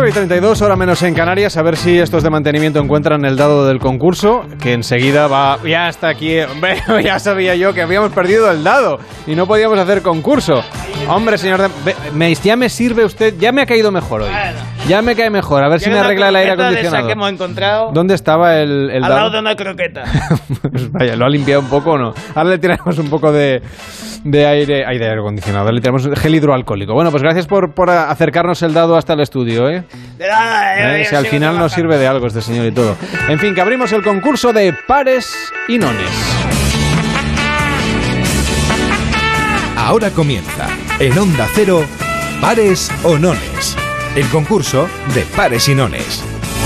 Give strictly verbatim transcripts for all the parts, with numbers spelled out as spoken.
nueve y treinta y dos, hora menos en Canarias. A ver si estos de mantenimiento encuentran el dado del concurso, que enseguida va... Ya está aquí, hombre, ya sabía yo que habíamos perdido el dado y no podíamos hacer concurso. Hombre, señor, de... me, ya me sirve usted, ya me ha caído mejor hoy. Ya me cae mejor, a ver si me arregla el aire acondicionado. Que hemos encontrado ¿Dónde estaba el, el al dado? lado de una croqueta. Pues vaya, ¿lo ha limpiado un poco o no? Ahora le tiramos un poco de, de aire, ay, de aire acondicionado, ahora le tiramos gel hidroalcohólico. Bueno, pues gracias por, por acercarnos el dado hasta el estudio, ¿eh? De nada, ¿Eh? Si al final nos sirve de algo este señor y todo. En fin, que abrimos el concurso de pares y nones. Ahora comienza, en Onda Cero, Pares o Nones. El concurso de pares y nones.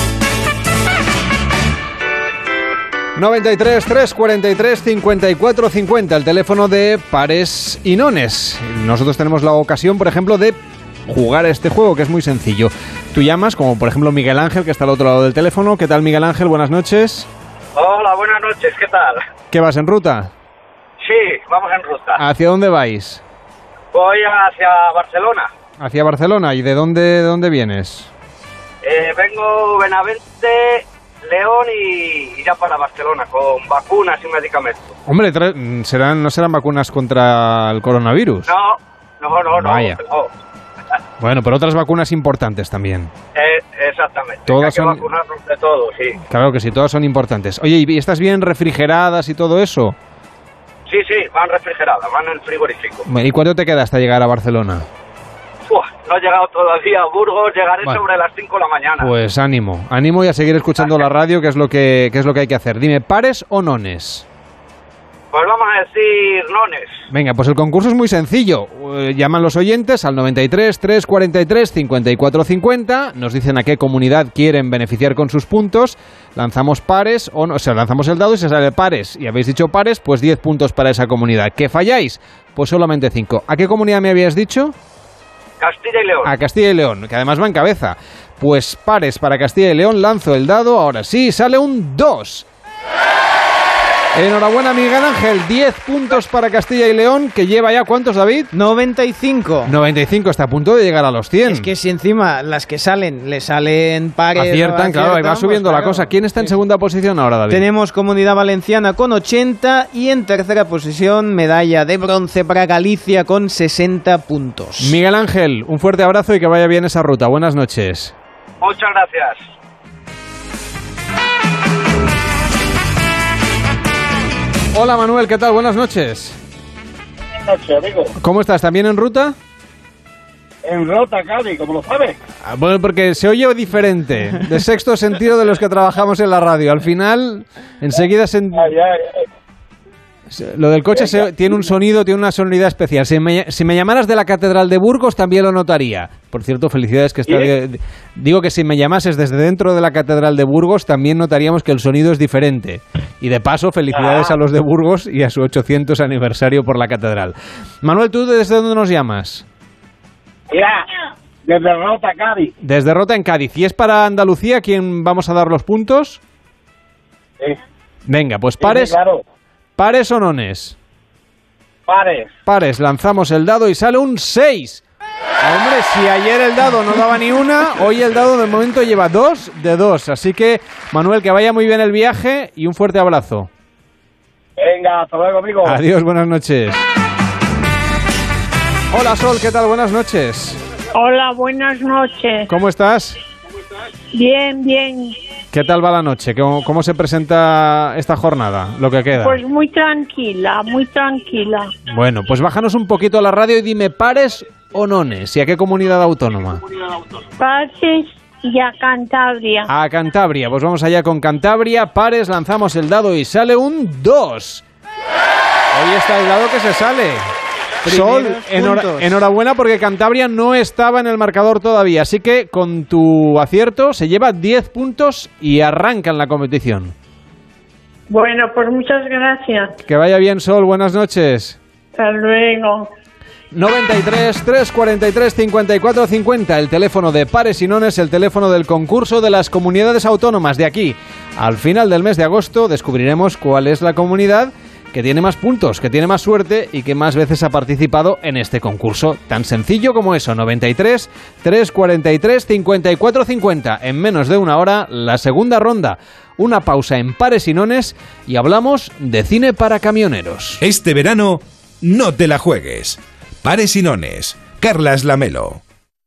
noventa y tres, trescientos cuarenta y tres, cincuenta y cuatro cincuenta, el teléfono de pares y nones. Nosotros tenemos la ocasión, por ejemplo, de jugar a este juego, que es muy sencillo. Tú llamas, como por ejemplo Miguel Ángel, que está al otro lado del teléfono. ¿Qué tal, Miguel Ángel? Buenas noches. Hola, buenas noches, ¿qué tal? ¿Qué vas, en ruta? Sí, vamos en ruta. ¿Hacia dónde vais? Voy hacia Barcelona. Hacia Barcelona. ¿Y de dónde, de dónde vienes? Eh, vengo Benavente, León y, y ya para Barcelona, con vacunas y medicamentos. Hombre, tra- serán, ¿no serán vacunas contra el coronavirus? No, no, no, no. Vaya. no. Bueno, pero otras vacunas importantes también. Eh, exactamente. Todas Hay que son- vacunarnos de todo, sí. Claro que sí, todas son importantes. Oye, ¿y estas bien refrigeradas y todo eso? Sí, sí, van refrigeradas, van en el frigorífico. Bueno, ¿y cuánto te queda hasta llegar a Barcelona? Uf, no he llegado todavía a Burgos, llegaré Bueno. sobre las cinco de la mañana. Pues ánimo, ánimo y a seguir escuchando la radio, que es lo que, que es lo que hay que hacer. Dime, ¿pares o nones? Pues vamos a decir nones. Venga, pues el concurso es muy sencillo. Eh, llaman los oyentes al noventa y tres, trescientos cuarenta y tres, cincuenta y cuatro cincuenta, nos dicen a qué comunidad quieren beneficiar con sus puntos, lanzamos pares, o no, o sea, lanzamos el dado y se sale pares, y habéis dicho pares, pues diez puntos para esa comunidad. ¿Que falláis? Pues solamente cinco. ¿A qué comunidad me habías dicho? Castilla y León. A Castilla y León, que además va en cabeza. Pues pares para Castilla y León, lanzo el dado, ahora sí, sale un dos. Enhorabuena, Miguel Ángel, diez puntos para Castilla y León, que lleva ya, ¿cuántos, David? noventa y cinco. noventa y cinco, está a punto de llegar a los cien. Es que si encima las que salen le salen pares... Aciertan, no claro, ahí va aciertan, subiendo pues la claro. cosa. ¿Quién está en Sí. segunda posición ahora, David? Tenemos Comunidad Valenciana con ochenta y en tercera posición medalla de bronce para Galicia con sesenta puntos. Miguel Ángel, un fuerte abrazo y que vaya bien esa ruta. Buenas noches. Muchas gracias. Hola, Manuel, ¿qué tal? Buenas noches. Buenas noches, amigo. ¿Cómo estás? ¿También en ruta? En Rota, Cádiz, como lo sabes. Ah, bueno, porque se oye diferente, de sexto sentido de los que trabajamos en la radio. Al final, enseguida se... Ay, ay, ay. Lo del coche se- tiene un sonido, tiene una sonoridad especial. Si me, si me llamaras de la Catedral de Burgos, también lo notaría. Por cierto, felicidades que está... ¿Sí? Digo que si me llamases desde dentro de la Catedral de Burgos, también notaríamos que el sonido es diferente. Y de paso, felicidades Ah. a los de Burgos y a su ochocientos aniversario por la Catedral. Manuel, ¿tú desde dónde nos llamas? Mira, desde Rota, Cádiz. Desde Rota, en Cádiz. ¿Y es para Andalucía a quien vamos a dar los puntos? Sí, Venga, pues sí, pares, claro. pares o nones. Pares. Pares, lanzamos el dado y sale un seis. Hombre, si ayer el dado no daba ni una, hoy el dado de momento lleva dos de dos. Así que, Manuel, que vaya muy bien el viaje y un fuerte abrazo. Venga, hasta luego, amigo. Adiós, buenas noches. Hola, Sol, ¿qué tal? Buenas noches. Hola, buenas noches. ¿Cómo estás? Bien, bien. ¿Qué tal va la noche? ¿Cómo, cómo se presenta esta jornada? Lo que queda. Pues muy tranquila, muy tranquila. Bueno, pues bájanos un poquito a la radio y dime pares o nones. ¿Y a qué comunidad autónoma? Pases y a Cantabria. A Cantabria. Pues vamos allá con Cantabria. Pares, lanzamos el dado y sale un dos. Hoy está el dado que se sale. Sol, Primeros enhora- puntos. enhorabuena porque Cantabria no estaba en el marcador todavía. Así que con tu acierto se lleva diez puntos y arranca en la competición. Bueno, pues muchas gracias. Que vaya bien, Sol. Buenas noches. Hasta luego. noventa y tres, trescientos cuarenta y tres, cincuenta y cuatro cincuenta, el teléfono de pares y nones, el teléfono del concurso de las comunidades autónomas. De aquí al final del mes de agosto descubriremos cuál es la comunidad que tiene más puntos, que tiene más suerte y que más veces ha participado en este concurso. Tan sencillo como eso, noventa y tres, trescientos cuarenta y tres, cincuenta y cuatro cincuenta. En menos de una hora, la segunda ronda. Una pausa en Pares y Nones y hablamos de cine para camioneros. Este verano, no te la juegues. Pares y Nones. Carlas Lamelo.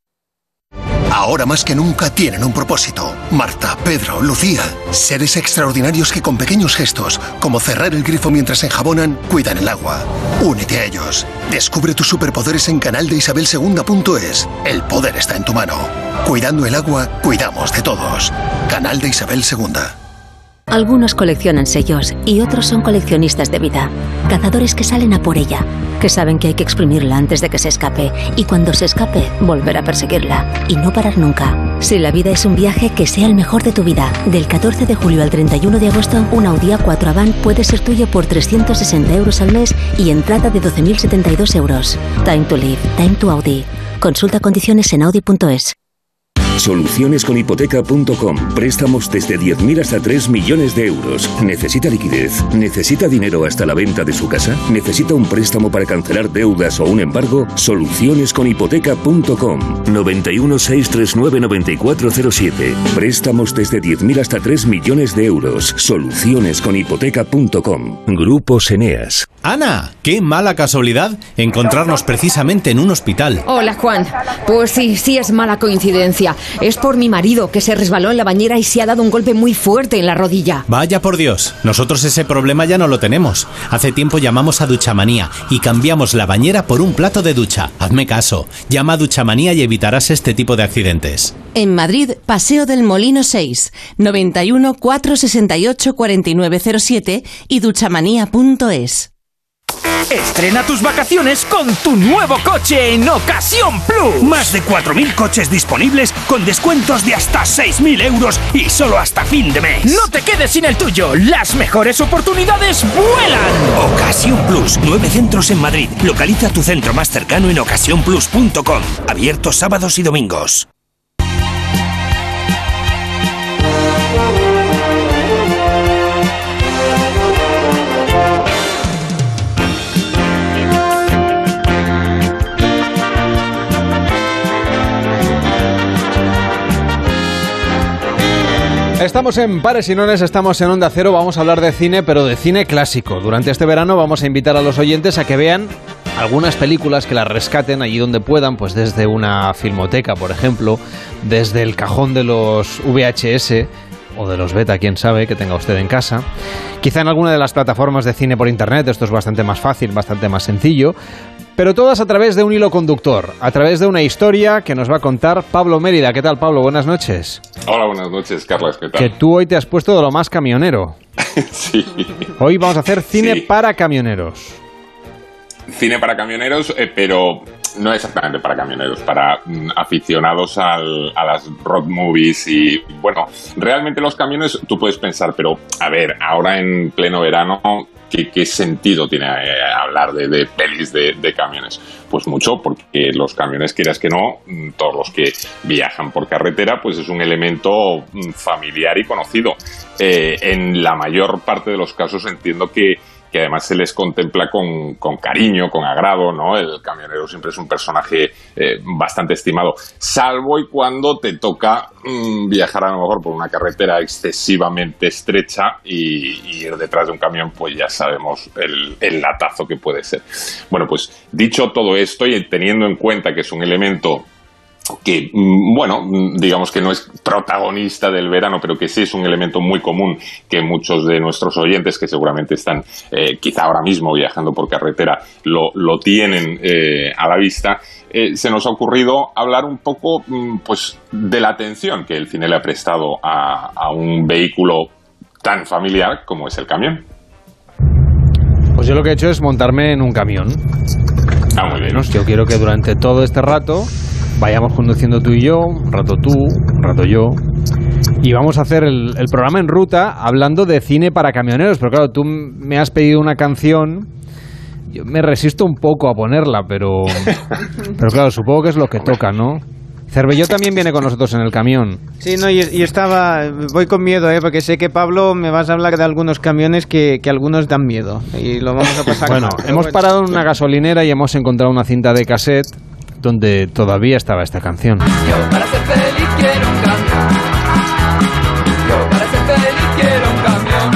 Ahora más que nunca tienen un propósito. Marta, Pedro, Lucía. Seres extraordinarios que con pequeños gestos, como cerrar el grifo mientras enjabonan, cuidan el agua. Únete a ellos. Descubre tus superpoderes en canal de isabel segunda punto es. El poder está en tu mano. Cuidando el agua, cuidamos de todos. Canal de Isabel segunda. Algunos coleccionan sellos y otros son coleccionistas de vida. Cazadores que salen a por ella, que saben que hay que exprimirla antes de que se escape y cuando se escape, volver a perseguirla y no parar nunca. Si la vida es un viaje, que sea el mejor de tu vida. Del catorce de julio al treinta y uno de agosto, un Audi A cuatro Avant puede ser tuyo por trescientos sesenta euros al mes y entrada de doce mil setenta y dos euros. Time to live, time to Audi. Consulta condiciones en audi punto es. Soluciones con hipoteca punto com. Préstamos desde diez mil hasta tres millones de euros. ¿Necesita liquidez? ¿Necesita dinero hasta la venta de su casa? ¿Necesita un préstamo para cancelar deudas o un embargo? Soluciones con hipoteca punto com. noventa y uno, seiscientos treinta y nueve, noventa y cuatro cero siete. Préstamos desde diez mil hasta tres millones de euros. Soluciones con hipoteca punto com. Grupos Eneas. Ana, qué mala casualidad encontrarnos precisamente en un hospital. Hola, Juan. Pues sí, sí es mala coincidencia. Es por mi marido, que se resbaló en la bañera y se ha dado un golpe muy fuerte en la rodilla. Vaya por Dios, nosotros ese problema ya no lo tenemos. Hace tiempo llamamos a Duchamanía y cambiamos la bañera por un plato de ducha. Hazme caso, llama a Duchamanía y evitarás este tipo de accidentes. En Madrid, Paseo del Molino seis, noventa y uno, cuatrocientos sesenta y ocho, cuarenta y nueve cero siete y duchamanía punto es. Estrena tus vacaciones con tu nuevo coche en Ocasión Plus. Más de cuatro mil coches disponibles con descuentos de hasta seis mil euros y solo hasta fin de mes. No te quedes sin el tuyo. Las mejores oportunidades vuelan. Ocasión Plus. Nueve centros en Madrid. Localiza tu centro más cercano en ocasión plus punto com. Abierto sábados y domingos. Estamos en Pares y Nones, estamos en Onda Cero, vamos a hablar de cine, pero de cine clásico. Durante este verano vamos a invitar a los oyentes a que vean algunas películas, que las rescaten allí donde puedan, pues desde una filmoteca, por ejemplo, desde el cajón de los V H S o de los beta, quién sabe, que tenga usted en casa. Quizá en alguna de las plataformas de cine por internet, esto es bastante más fácil, bastante más sencillo. Pero todas a través de un hilo conductor, a través de una historia que nos va a contar Pablo Mérida. ¿Qué tal, Pablo? Buenas noches. Hola, buenas noches, Carlos. ¿Qué tal? Que tú hoy te has puesto de lo más camionero. Sí. Hoy vamos a hacer cine sí. para camioneros. Cine para camioneros, eh, pero no exactamente para camioneros, para mm, aficionados al, a las road movies y, bueno, realmente los camiones, tú puedes pensar, pero, a ver, ahora en pleno verano, ¿qué, qué sentido tiene eh, hablar de, de pelis de, de camiones? Pues mucho, porque los camiones, quieras que no, todos los que viajan por carretera, pues es un elemento familiar y conocido. Eh, en la mayor parte de los casos entiendo que que además se les contempla con, con cariño, con agrado, ¿no? El camionero siempre es un personaje eh, bastante estimado, salvo y cuando te toca mmm, viajar a lo mejor por una carretera excesivamente estrecha y, y ir detrás de un camión, pues ya sabemos el, el latazo que puede ser. Bueno, pues dicho todo esto y teniendo en cuenta que es un elemento que, bueno, digamos que no es protagonista del verano, pero que sí es un elemento muy común que muchos de nuestros oyentes, que seguramente están eh, quizá ahora mismo viajando por carretera, lo, lo tienen eh, a la vista, eh, se nos ha ocurrido hablar un poco pues de la atención que el cine le ha prestado a, a un vehículo tan familiar como es el camión. Pues yo lo que he hecho es montarme en un camión. Ah, muy bien. Yo quiero que durante todo este rato vayamos conduciendo tú y yo, un rato tú, un rato yo, y vamos a hacer el, el programa en ruta hablando de cine para camioneros. Pero claro, tú me has pedido una canción, yo me resisto un poco a ponerla, pero, pero claro, supongo que es lo que toca, ¿no? Cervelló también viene con nosotros en el camión. Sí, no, y, y estaba, voy con miedo, ¿eh? Porque sé que, Pablo, me vas a hablar de algunos camiones que, que algunos dan miedo, y lo vamos a pasar. Bueno, mal, hemos bueno. parado en una gasolinera y hemos encontrado una cinta de cassette donde todavía estaba esta canción. Yo para ser feliz quiero un camión. Yo para ser feliz quiero un camión.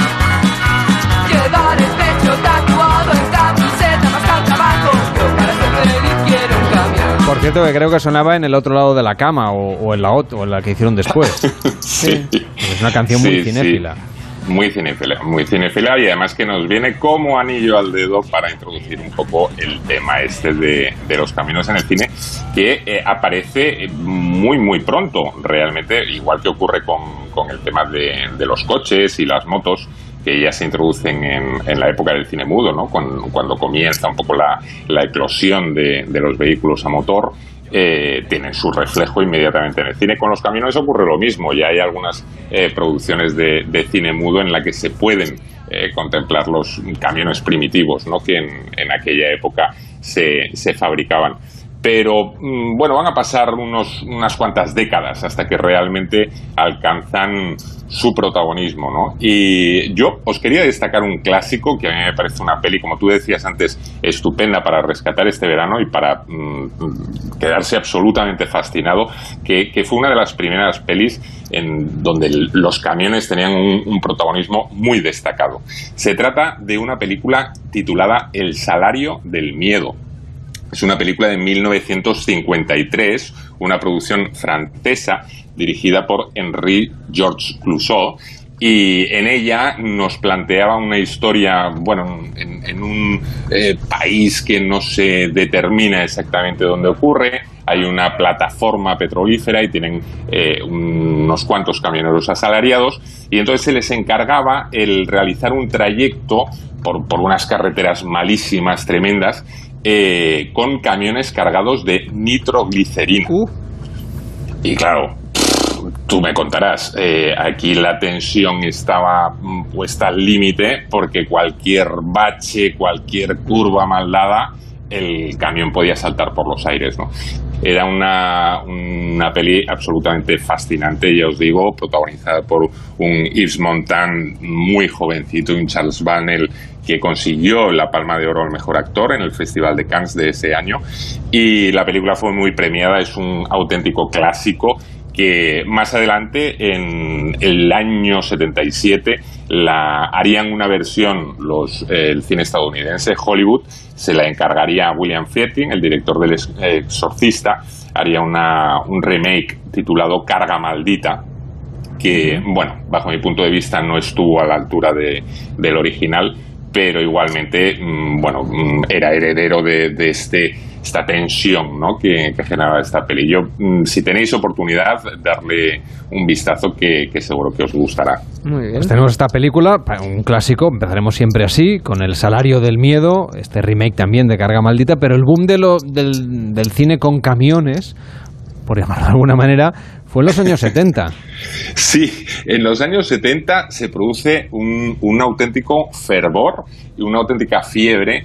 Llevar el pecho tatuado en camiseta más al trabajo. Yo para ser feliz quiero un camión. Por cierto, que creo que sonaba en El otro lado de la cama o, o en la ot- o en la que hicieron después. Sí. Es una canción muy Sí, cinéfila. sí. Muy cinéfila, muy cinéfila y además que nos viene como anillo al dedo para introducir un poco el tema este de, de los camiones en el cine, que eh, aparece muy muy pronto realmente, igual que ocurre con, con el tema de, de los coches y las motos, que ya se introducen en, en la época del cine mudo, ¿no? Cuando, cuando comienza un poco la, la eclosión de, de los vehículos a motor. Eh, tienen su reflejo inmediatamente en el cine. Con los camiones ocurre lo mismo. Ya hay algunas eh, producciones de, de cine mudo en la que se pueden eh, contemplar los camiones primitivos, ¿no? Que en, en aquella época se, se fabricaban. Pero mmm, bueno, van a pasar unos, unas cuantas décadas hasta que realmente alcanzan su protagonismo, ¿no? Y yo os quería destacar un clásico que a mí me parece una peli, como tú decías antes, estupenda para rescatar este verano y para mmm, quedarse absolutamente fascinado, que, que fue una de las primeras pelis en donde el, los camiones tenían un, un protagonismo muy destacado. Se trata de una película titulada El salario del miedo. Es una película de mil novecientos cincuenta y tres, una producción francesa dirigida por Henri Georges Clouzot, y en ella nos planteaba una historia, bueno, en, en un eh, país que no se determina exactamente dónde ocurre. Hay una plataforma petrolífera y tienen eh, unos cuantos camioneros asalariados, y entonces se les encargaba el realizar un trayecto por, por unas carreteras malísimas, tremendas, Eh, con camiones cargados de nitroglicerina. Uh. Y claro, tú me contarás, eh, aquí la tensión estaba puesta al límite porque cualquier bache, cualquier curva mal dada, el camión podía saltar por los aires, ¿no? Era una, una peli absolutamente fascinante, ya os digo, protagonizada por un Yves Montand muy jovencito, un Charles Vanel que consiguió la Palma de Oro al mejor actor en el Festival de Cannes de ese año, y la película fue muy premiada. Es un auténtico clásico que más adelante, en el año setenta y siete, la, harían una versión, los, eh, el cine estadounidense, Hollywood, se la encargaría a William Friedkin, el director del Exorcista, haría una, un remake titulado Carga Maldita, que, bueno, bajo mi punto de vista no estuvo a la altura de, del original, pero igualmente, mmm, bueno, mmm, era heredero de, de este, esta tensión, ¿no? que, que generaba esta peli. Yo, mmm, si tenéis oportunidad, darle un vistazo que, que seguro que os gustará. Muy bien. Pues tenemos esta película, un clásico, empezaremos siempre así, con El salario del miedo, este remake también de Carga Maldita, pero el boom de lo, del, del cine con camiones, por llamarlo de alguna manera, fue en los años setenta. Sí, en los años setenta se produce un, un auténtico fervor y una auténtica fiebre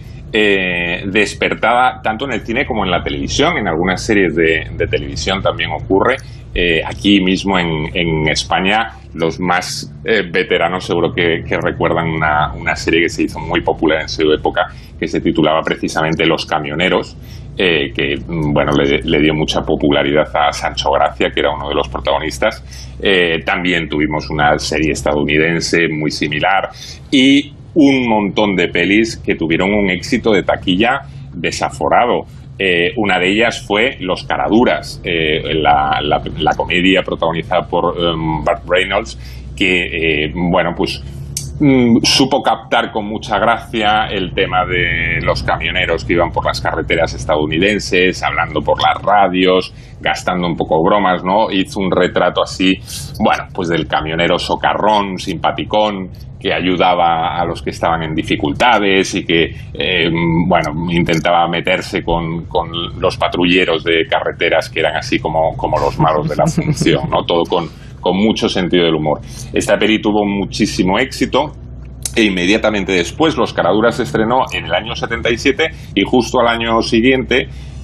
eh, despertada tanto en el cine como en la televisión. En algunas series de, de televisión también ocurre. Eh, aquí mismo en, en España, los más eh, veteranos seguro que, que recuerdan una, una serie que se hizo muy popular en su época, que se titulaba precisamente Los Camioneros, eh, que bueno, le, le dio mucha popularidad a Sancho Gracia, que era uno de los protagonistas. Eh, también tuvimos una serie estadounidense muy similar y un montón de pelis que tuvieron un éxito de taquilla desaforado. Eh, una de ellas fue Los Caraduras, eh, la, la, la comedia protagonizada por um, Burt Reynolds, que, eh, bueno, pues mm, supo captar con mucha gracia el tema de los camioneros que iban por las carreteras estadounidenses, hablando por las radios, gastando un poco bromas, ¿no? Hizo un retrato así, bueno, pues del camionero socarrón, simpaticón, que ayudaba a los que estaban en dificultades y que, eh, bueno, intentaba meterse con, con los patrulleros de carreteras que eran así como, como los malos de la función, ¿no? Todo con, con mucho sentido del humor. Esta peli tuvo muchísimo éxito e inmediatamente después Los Caraduras se estrenó en el año setenta y siete y justo al año siguiente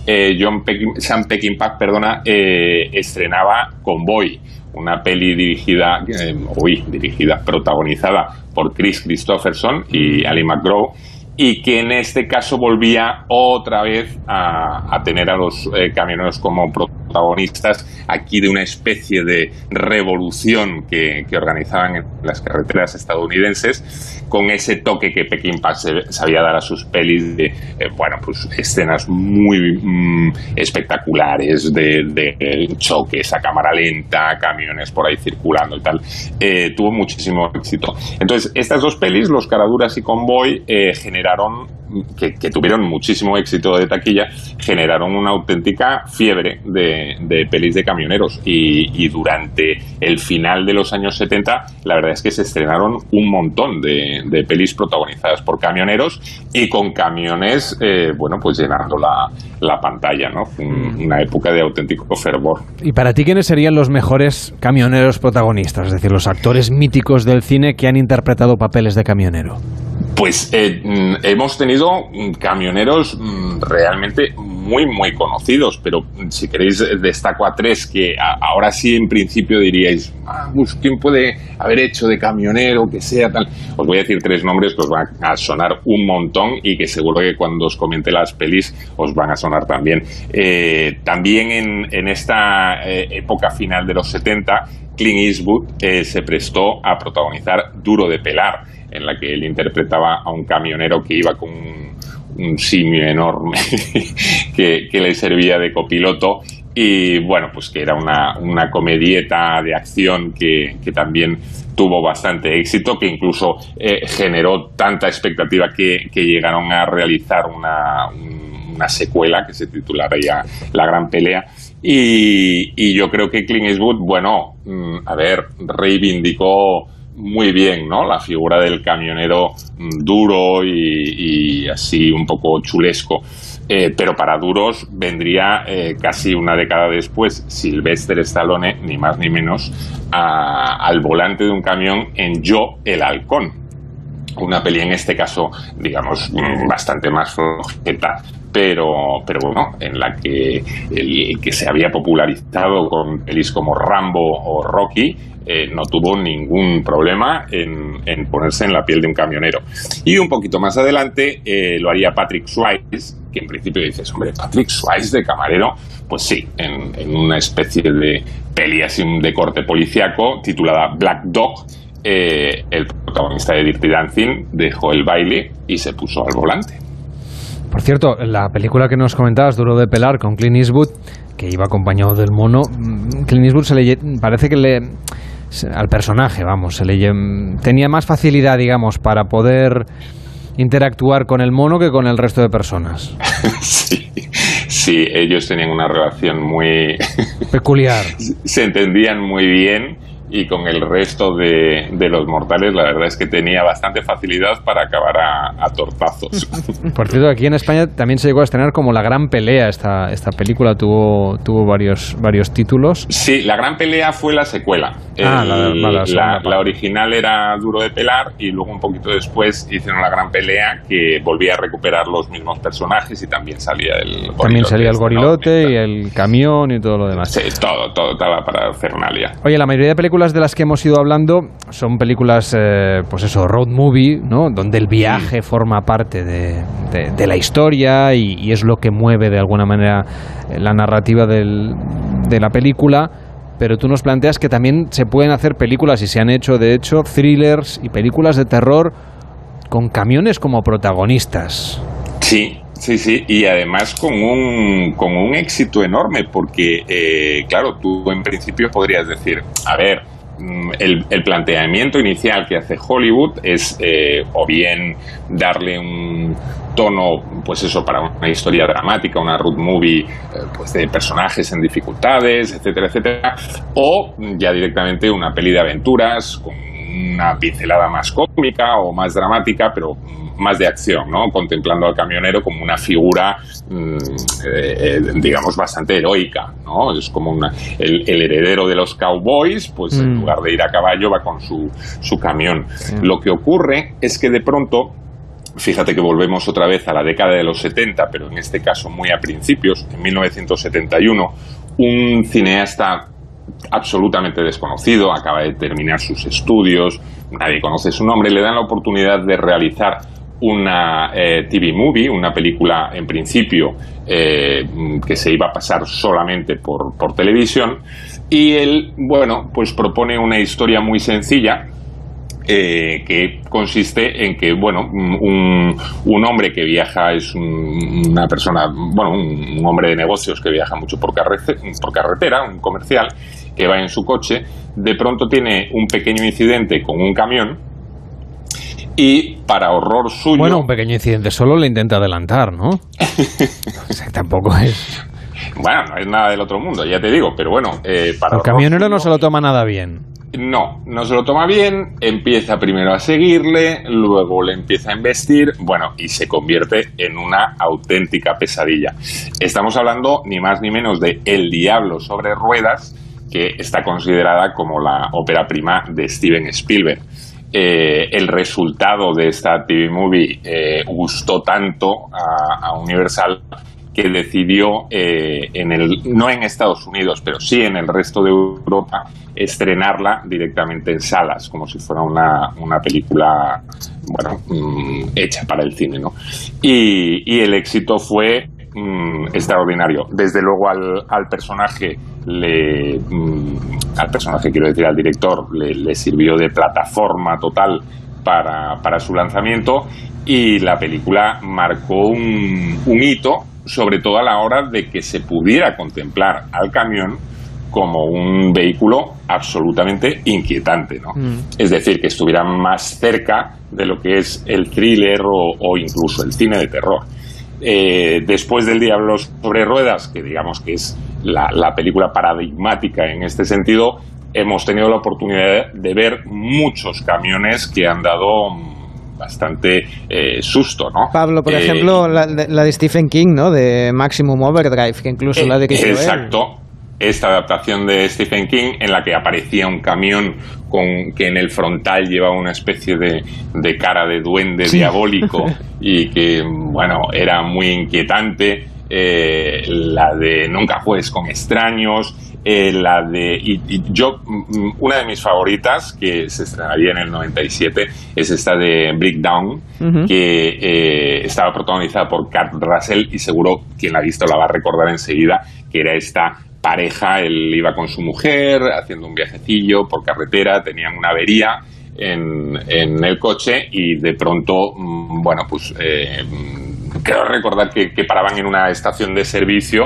eh, John Pekin, Sam Peckinpah, perdona, eh, estrenaba Convoy, una peli dirigida, eh, uy, dirigida, protagonizada por Chris Christopherson y Ali McGraw, y que en este caso volvía otra vez a, a tener a los eh, camioneros como protagonistas aquí de una especie de revolución que, que organizaban en las carreteras estadounidenses, con ese toque que Peckinpah sabía dar a sus pelis de, eh, bueno, pues escenas muy mm, espectaculares de, de choques a cámara lenta, camiones por ahí circulando y tal. Eh, tuvo muchísimo éxito. Entonces, estas dos pelis, Los Caraduras y Convoy, eh, generaron Que, que tuvieron muchísimo éxito de taquilla, generaron una auténtica fiebre de, de pelis de camioneros, y, y durante el final de los años setenta la verdad es que se estrenaron un montón de, de pelis protagonizadas por camioneros y con camiones, eh, bueno, pues llenando la, la pantalla, ¿no? Una época de auténtico fervor. ¿Y para ti quiénes serían los mejores camioneros protagonistas? Es decir, los actores míticos del cine que han interpretado papeles de camionero. Pues eh, hemos tenido camioneros realmente muy, muy conocidos, pero si queréis destaco a tres que a, ahora sí en principio diríais, ah, pues, ¿quién puede haber hecho de camionero que sea tal? Os voy a decir tres nombres que os van a sonar un montón y que seguro que cuando os comente las pelis os van a sonar también. Eh, también en, en esta eh, época final de los setenta, Clint Eastwood eh, se prestó a protagonizar Duro de Pelar, en la que él interpretaba a un camionero que iba con un, un simio enorme que, que le servía de copiloto, y bueno, pues que era una, una comedieta de acción que, que también tuvo bastante éxito, que incluso eh, generó tanta expectativa que, que llegaron a realizar una, una secuela que se titularía La Gran Pelea. Y, y yo creo que Clint Eastwood, bueno, a ver, reivindicó muy bien, ¿no?, la figura del camionero duro y, y así un poco chulesco. Eh, pero para duros vendría eh, casi una década después Sylvester Stallone, ni más ni menos, a, al volante de un camión en Yo, el Halcón. Una peli en este caso, digamos, bastante más flojeta, pero, pero bueno, en la que el que se había popularizado con pelis como Rambo o Rocky eh, no tuvo ningún problema en, en ponerse en la piel de un camionero. Y un poquito más adelante eh, lo haría Patrick Swayze, que en principio dices, hombre, Patrick Swayze de camarero, pues sí, en, en una especie de peli así de corte policíaco titulada Black Dog. Eh, el protagonista de Dirty Dancing dejó el baile y se puso al volante. Por cierto, la película que nos comentabas, Duro de Pelar, con Clint Eastwood, que iba acompañado del mono, Clint Eastwood se le, parece que le, al personaje, vamos, se le tenía más facilidad, digamos, para poder interactuar con el mono que con el resto de personas. Sí, sí, ellos tenían una relación muy peculiar. Se entendían muy bien. Y con el resto de, de los mortales, la verdad es que tenía bastante facilidad para acabar a, a tortazos. Por cierto, aquí en España también se llegó a estrenar como La Gran Pelea. Esta, esta película tuvo, tuvo varios, varios títulos. Sí, La Gran Pelea fue la secuela. Ah, El, la, la, la, la, la original era Duro de Pelar, y luego un poquito después hicieron La Gran Pelea, que volvía a recuperar los mismos personajes y también salía el gorilote. También salía el gorilote, ¿no?, y el camión y todo lo demás. Sí, todo, todo, estaba para Fernalia. Oye, la mayoría de películas de las que hemos ido hablando son películas, eh, pues eso, road movie, ¿no?, donde el viaje forma parte de, de, de la historia y, y es lo que mueve de alguna manera la narrativa del, de la película. Pero tú nos planteas que también se pueden hacer películas, y se han hecho, de hecho, thrillers y películas de terror con camiones como protagonistas. Sí. Sí, sí, y además con un, con un éxito enorme, porque, eh, claro, tú en principio podrías decir, a ver, el, el planteamiento inicial que hace Hollywood es eh, o bien darle un tono, pues eso, para una historia dramática, una road movie, eh, pues de personajes en dificultades, etcétera, etcétera, o ya directamente una peli de aventuras con una pincelada más cómica o más dramática, pero más de acción, ¿no?, contemplando al camionero como una figura, mmm, eh, digamos, bastante heroica, ¿no? Es como una, el, el heredero de los cowboys, pues mm. en lugar de ir a caballo va con su, su camión. Mm. Lo que ocurre es que de pronto fíjate que volvemos otra vez a la década de los setenta, pero en este caso muy a principios, en mil novecientos setenta y uno, un cineasta absolutamente desconocido, acaba de terminar sus estudios, nadie conoce su nombre, le dan la oportunidad de realizar una eh, T V movie, una película en principio eh, que se iba a pasar solamente por, por televisión, y él, bueno, pues propone una historia muy sencilla, Eh, que consiste en que, bueno, un, un hombre que viaja es un, una persona, bueno, un, un hombre de negocios que viaja mucho por, carrete, por carretera, un comercial, que va en su coche, de pronto tiene un pequeño incidente con un camión y, para horror suyo... Bueno, un pequeño incidente, solo le intenta adelantar, ¿no? O sea, tampoco es... Bueno, no es nada del otro mundo, ya te digo, pero bueno... Eh, para el camionero suyo, no se lo toma nada bien. No, no se lo toma bien, empieza primero a seguirle, luego le empieza a embestir, bueno, y se convierte en una auténtica pesadilla. Estamos hablando ni más ni menos de El Diablo sobre Ruedas, que está considerada como la ópera prima de Steven Spielberg. Eh, el resultado de esta T V movie eh, gustó tanto a, a Universal que decidió, eh, en el, no en Estados Unidos, pero sí en el resto de Europa, estrenarla directamente en salas, como si fuera una, una película, bueno, mmm, hecha para el cine, ¿no? Y, y el éxito fue mmm, extraordinario. Desde luego al, al personaje, le, mmm, al personaje, quiero decir, al director, le, le sirvió de plataforma total para, para su lanzamiento, y la película marcó un, un hito, sobre todo a la hora de que se pudiera contemplar al camión como un vehículo absolutamente inquietante, ¿no? Mm. Es decir, que estuviera más cerca de lo que es el thriller o, o incluso el cine de terror. Eh, después del Diablo sobre Ruedas, que digamos que es la, la película paradigmática en este sentido, hemos tenido la oportunidad de ver muchos camiones que han dado bastante eh, susto, ¿no? Pablo, por eh, ejemplo, la, la de Stephen King, ¿no? De Maximum Overdrive, que incluso eh, la dirigió él. Exacto. Esta adaptación de Stephen King, en la que aparecía un camión con que en el frontal llevaba una especie de, de cara de duende sí. diabólico y que, bueno, era muy inquietante. Eh, la de Nunca juegues con extraños. Eh, la de y, y yo una de mis favoritas, que se estrenaría en el noventa y siete, es esta de Breakdown, uh-huh. que eh, estaba protagonizada por Kurt Russell, y seguro quien la ha visto la va a recordar enseguida, que era esta pareja. Él iba con su mujer haciendo un viajecillo por carretera, tenían una avería en, en el coche y de pronto, bueno, pues eh, creo recordar que, que paraban en una estación de servicio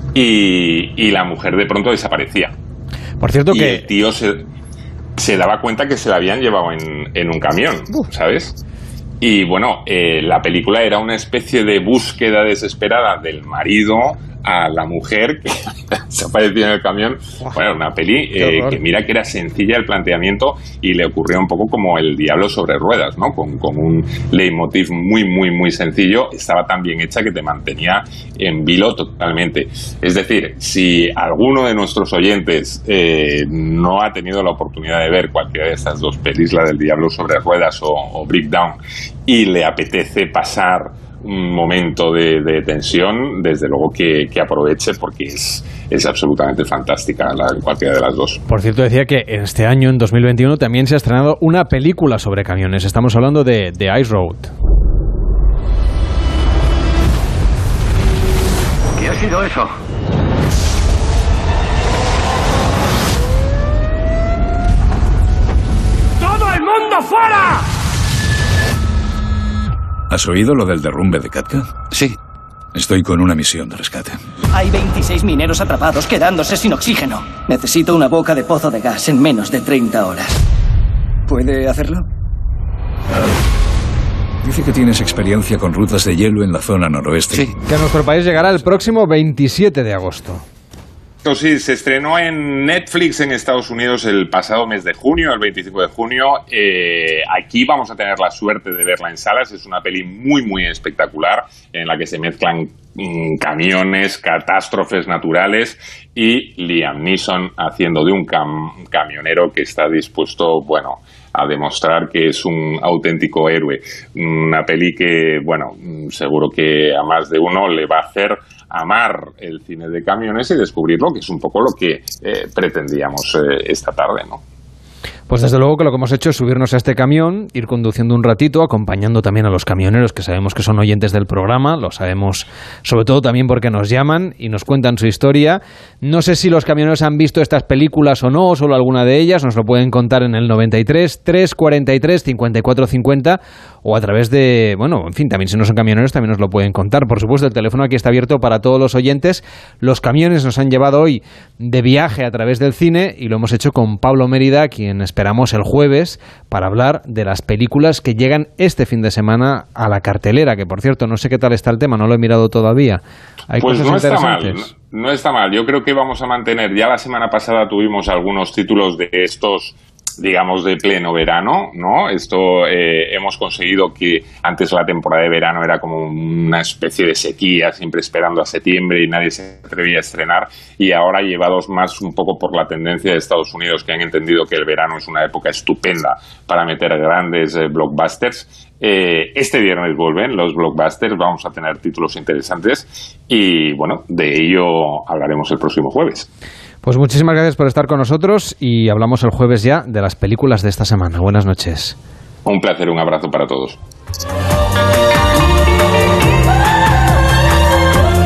y, y la mujer de pronto desaparecía. Por cierto y que... el tío se, se daba cuenta que se la habían llevado en, en un camión, ¿sabes? Y bueno, eh, la película era una especie de búsqueda desesperada del marido a la mujer que se aparecía en el camión. Bueno, una peli eh, que mira que era sencilla el planteamiento y le ocurrió un poco como El Diablo sobre Ruedas, ¿no? Con, con un leitmotiv muy, muy, muy sencillo. Estaba tan bien hecha que te mantenía en vilo totalmente. Es decir, si alguno de nuestros oyentes eh, no ha tenido la oportunidad de ver cualquiera de estas dos pelis, la del Diablo sobre Ruedas o, o Breakdown, y le apetece pasar un momento de, de tensión, desde luego que, que aproveche, porque es, es absolutamente fantástica la, cualquiera de las dos. Por cierto, decía que este año, en dos mil veintiuno, también se ha estrenado una película sobre camiones. Estamos hablando de, de Ice Road. ¿Qué ha sido eso? ¡Todo el mundo fuera! ¿Has oído lo del derrumbe de Katka? Sí. Estoy con una misión de rescate. Hay veintiséis mineros atrapados, quedándose sin oxígeno. Necesito una boca de pozo de gas en menos de treinta horas. ¿Puede hacerlo? Dice que tienes experiencia con rutas de hielo en la zona noroeste. Sí. Que a nuestro país llegará el próximo veintisiete de agosto. Sí, se estrenó en Netflix en Estados Unidos el pasado mes de junio, el veinticinco de junio. Eh, aquí vamos a tener la suerte de verla en salas. Es una peli muy, muy espectacular en la que se mezclan mmm, camiones, catástrofes naturales y Liam Neeson haciendo de un cam- camionero que está dispuesto, bueno, a demostrar que es un auténtico héroe. Una peli que, bueno, seguro que a más de uno le va a hacer amar el cine de camiones y descubrirlo, que es un poco lo que eh, pretendíamos eh, esta tarde, ¿no? Pues desde luego que lo que hemos hecho es subirnos a este camión, ir conduciendo un ratito, acompañando también a los camioneros que sabemos que son oyentes del programa, lo sabemos sobre todo también porque nos llaman y nos cuentan su historia. No sé si los camioneros han visto estas películas o no, o solo alguna de ellas, nos lo pueden contar en el noventa y tres, trescientos cuarenta y tres, cincuenta y cuatro cincuenta o a través de, bueno, en fin, también si no son camioneros también nos lo pueden contar. Por supuesto, el teléfono aquí está abierto para todos los oyentes. Los camiones nos han llevado hoy de viaje a través del cine y lo hemos hecho con Pablo Mérida, quien esperamos el jueves para hablar de las películas que llegan este fin de semana a la cartelera, que por cierto, no sé qué tal está el tema, no lo he mirado todavía. Hay pues cosas no está interesantes. mal, no, no está mal. Yo creo que vamos a mantener, ya la semana pasada tuvimos algunos títulos de estos, digamos, de pleno verano, ¿no? Esto eh, hemos conseguido que antes la temporada de verano era como una especie de sequía, siempre esperando a septiembre y nadie se atrevía a estrenar, y ahora llevados más un poco por la tendencia de Estados Unidos, que han entendido que el verano es una época estupenda para meter grandes eh, blockbusters. Eh, este viernes vuelven los blockbusters, vamos a tener títulos interesantes y bueno, de ello hablaremos el próximo jueves. Pues muchísimas gracias por estar con nosotros y hablamos el jueves ya de las películas de esta semana. Buenas noches. Un placer, un abrazo para todos.